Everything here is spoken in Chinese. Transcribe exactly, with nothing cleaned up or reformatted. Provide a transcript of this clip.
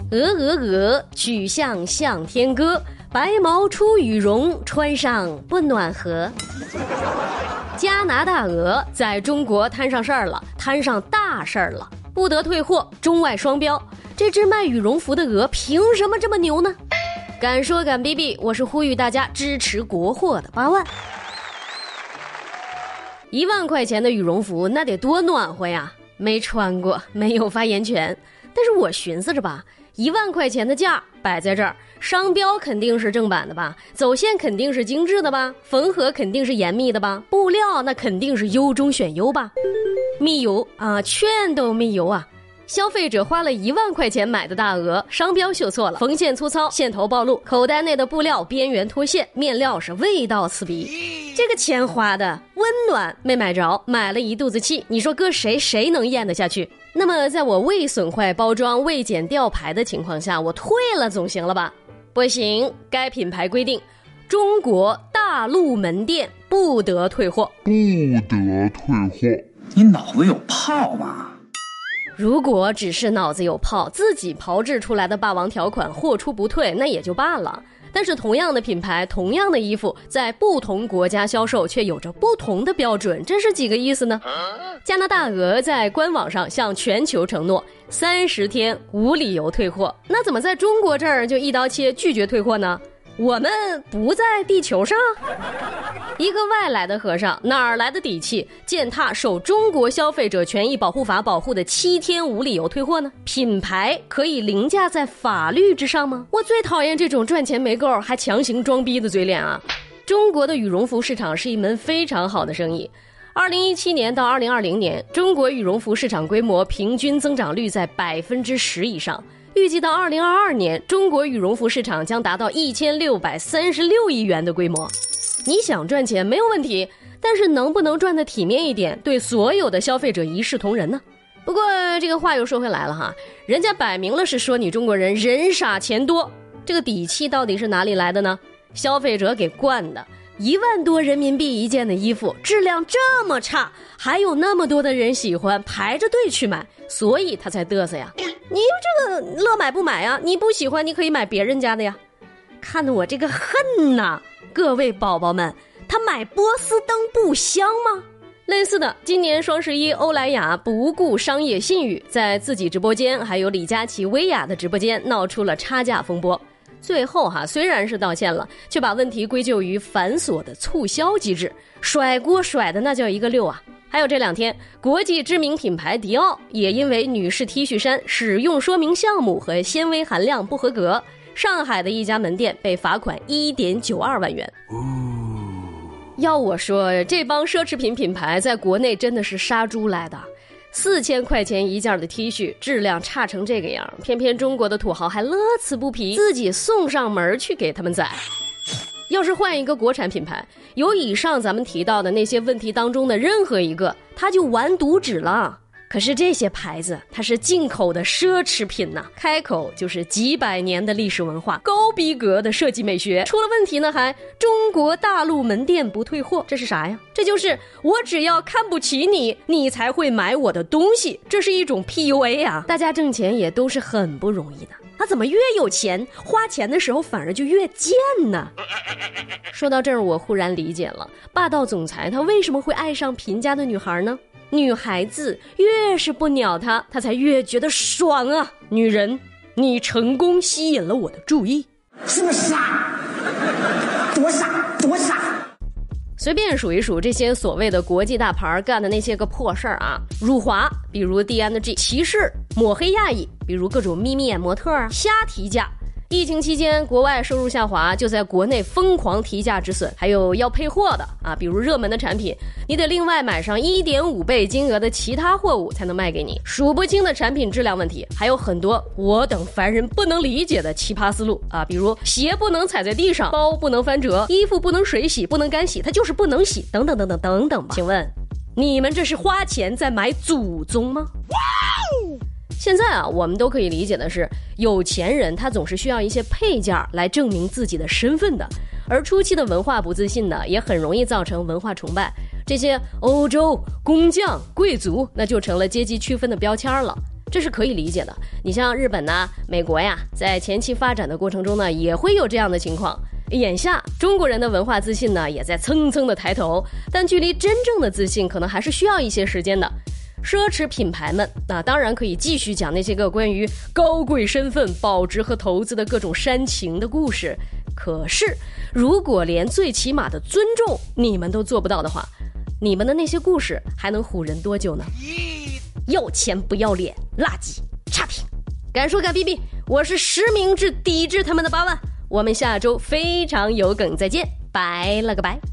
鹅鹅鹅，曲项向天歌，白毛出羽绒，穿上不暖和。加拿大鹅在中国摊上事儿了，摊上大事儿了，不得退货，中外双标。这只卖羽绒服的鹅凭什么这么牛呢？敢说敢逼逼，我是呼吁大家支持国货的八万。一万块钱的羽绒服那得多暖和呀，没穿过，没有发言权。但是我寻思着吧，一万块钱的价摆在这儿，商标肯定是正版的吧，走线肯定是精致的吧，缝合肯定是严密的吧，布料那肯定是优中选优吧。密油啊，全都密油啊！消费者花了一万块钱买的大鹅，商标绣错了，缝线粗糙，线头暴露，口袋内的布料边缘脱线，面料是味道刺鼻。这个钱花的温暖没买着，买了一肚子气，你说搁谁谁能咽得下去？那么在我未损坏包装、未剪吊牌的情况下，我退了总行了吧？不行，该品牌规定，中国大陆门店不得退货。 不得退货。 你脑子有泡吗？ 如果只是脑子有泡，自己炮制出来的霸王条款货出不退，那也就罢了。但是同样的品牌，同样的衣服，在不同国家销售却有着不同的标准，这是几个意思呢？加拿大鹅在官网上向全球承诺三十天无理由退货，那怎么在中国这儿就一刀切拒绝退货呢？我们不在地球上？一个外来的和尚哪儿来的底气践踏受中国消费者权益保护法保护的七天无理由退货呢？品牌可以凌驾在法律之上吗？我最讨厌这种赚钱没够还强行装逼的嘴脸啊！中国的羽绒服市场是一门非常好的生意。二零一七年到二零二零年，中国羽绒服市场规模平均增长率在百分之十以上。预计到二零二二年，中国羽绒服市场将达到一千六百三十六亿元的规模。你想赚钱没有问题，但是能不能赚得体面一点，对所有的消费者一视同仁呢？不过这个话又说回来了哈，人家摆明了是说你中国人人傻钱多，这个底气到底是哪里来的呢？消费者给惯的。一万多人民币一件的衣服，质量这么差，还有那么多的人喜欢排着队去买，所以他才嘚瑟呀。你这个乐买不买啊，你不喜欢你可以买别人家的呀。看得我这个恨呐！各位宝宝们，他买波司登不香吗？类似的，今年双十一，欧莱雅不顾商业信誉，在自己直播间还有李佳琦、薇娅的直播间闹出了差价风波。最后哈，虽然是道歉了，却把问题归咎于繁琐的促销机制，甩锅甩的那叫一个溜啊！还有这两天，国际知名品牌迪奥也因为女士 T 恤衫使用说明项目和纤维含量不合格，上海的一家门店被罚款 一点九二万元。要我说，这帮奢侈品品牌在国内真的是杀猪来的。四千块钱一件的 T 恤，质量差成这个样，偏偏中国的土豪还乐此不疲，自己送上门去给他们宰。要是换一个国产品牌，有以上咱们提到的那些问题当中的任何一个，它就完犊子了。可是这些牌子它是进口的奢侈品呐、啊，开口就是几百年的历史文化，高逼格的设计美学，出了问题呢还中国大陆门店不退货，这是啥呀？这就是我只要看不起你，你才会买我的东西，这是一种 P U A 啊！大家挣钱也都是很不容易的，他怎么越有钱，花钱的时候反而就越贱呢？说到这儿，我忽然理解了霸道总裁他为什么会爱上贫家的女孩呢？女孩子越是不鸟他，他才越觉得爽啊！女人，你成功吸引了我的注意， 是不是傻？多傻，多傻！ 随便数一数这些所谓的国际大牌干的那些个破事儿啊，辱华，比如 D and G， 歧视，抹黑亚裔，比如各种咪咪眼模特啊，瞎提价。疫情期间，国外收入下滑，就在国内疯狂提价止损，还有要配货的啊，比如热门的产品，你得另外买上 一点五倍金额的其他货物才能卖给你。数不清的产品质量问题，还有很多我等凡人不能理解的奇葩思路啊，比如鞋不能踩在地上，包不能翻折，衣服不能水洗，不能干洗，它就是不能洗，等等等等等等吧。请问，你们这是花钱在买祖宗吗？现在啊，我们都可以理解的是，有钱人他总是需要一些配件来证明自己的身份的，而初期的文化不自信呢，也很容易造成文化崇拜。这些欧洲工匠、贵族，那就成了阶级区分的标签了。 这是可以理解的。你像日本呐、美国呀，在前期发展的过程中呢，也会有这样的情况。眼下中国人的文化自信呢，也在蹭蹭的抬头，但距离真正的自信可能还是需要一些时间的。奢侈品牌们那当然可以继续讲那些个关于高贵身份、保值和投资的各种煽情的故事，可是如果连最起码的尊重你们都做不到的话，你们的那些故事还能唬人多久呢？要钱不要脸，垃圾差评，敢说敢逼逼，我是实名制抵制他们的八万。我们下周非常有梗再见，拜了个拜。